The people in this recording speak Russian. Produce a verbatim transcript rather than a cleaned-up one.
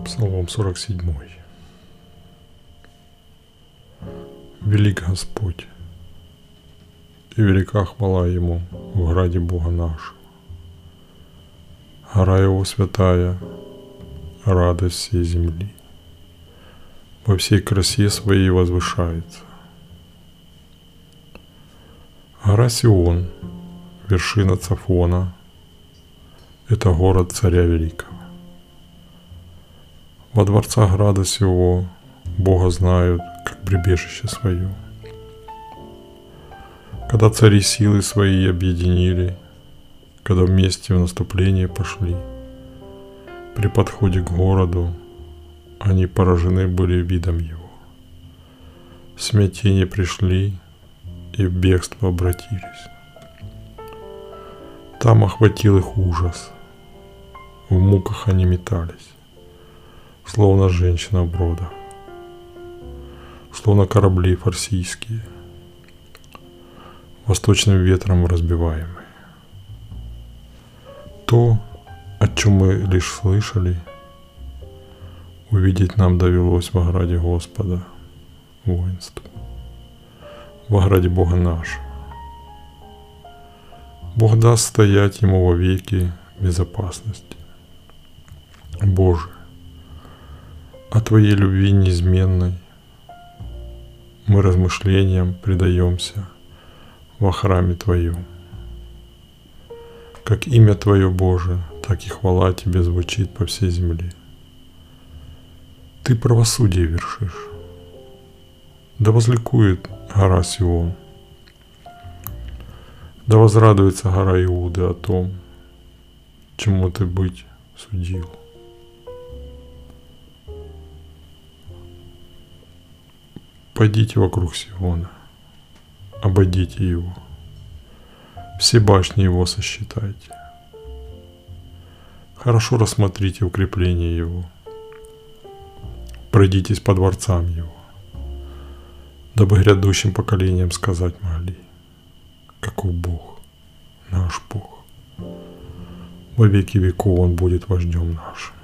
Псалом сорок семь. Велик Господь, и велика хвала Ему в граде Бога нашего. Гора Его святая, радость всей земли. Во всей красе Своей возвышается. Гора Сион, вершина Цафона, это город царя великого. Во дворцах града сего Бога знают, как прибежище свое. Когда цари силы свои объединили, когда вместе в наступление пошли, при подходе к городу они поражены были видом его. В смятение пришли и в бегство обратились. Там охватил их ужас, в муках они метались, словно женщина в бродах, словно корабли фарсийские, восточным ветром разбиваемые. То, о чем мы лишь слышали, увидеть нам довелось во граде Господа воинств, во граде Бога нашего. Бог даст стоять ему вовеки в безопасности. Боже, о Твоей любви неизменной мы размышлениям предаемся во храме Твоем. Как имя Твое, Боже, так и хвала Тебе звучит по всей земле. Ты правосудие вершишь. Да возликует гора Сион. Да возрадуется гора Иуды о том, чему Ты быть судил. Пойдите вокруг Сиона, обойдите его, все башни его сосчитайте. Хорошо рассмотрите укрепление его, пройдитесь по дворцам его, дабы грядущим поколениям сказать могли, каков Бог, наш Бог. Во веки веков Он будет вождем нашим.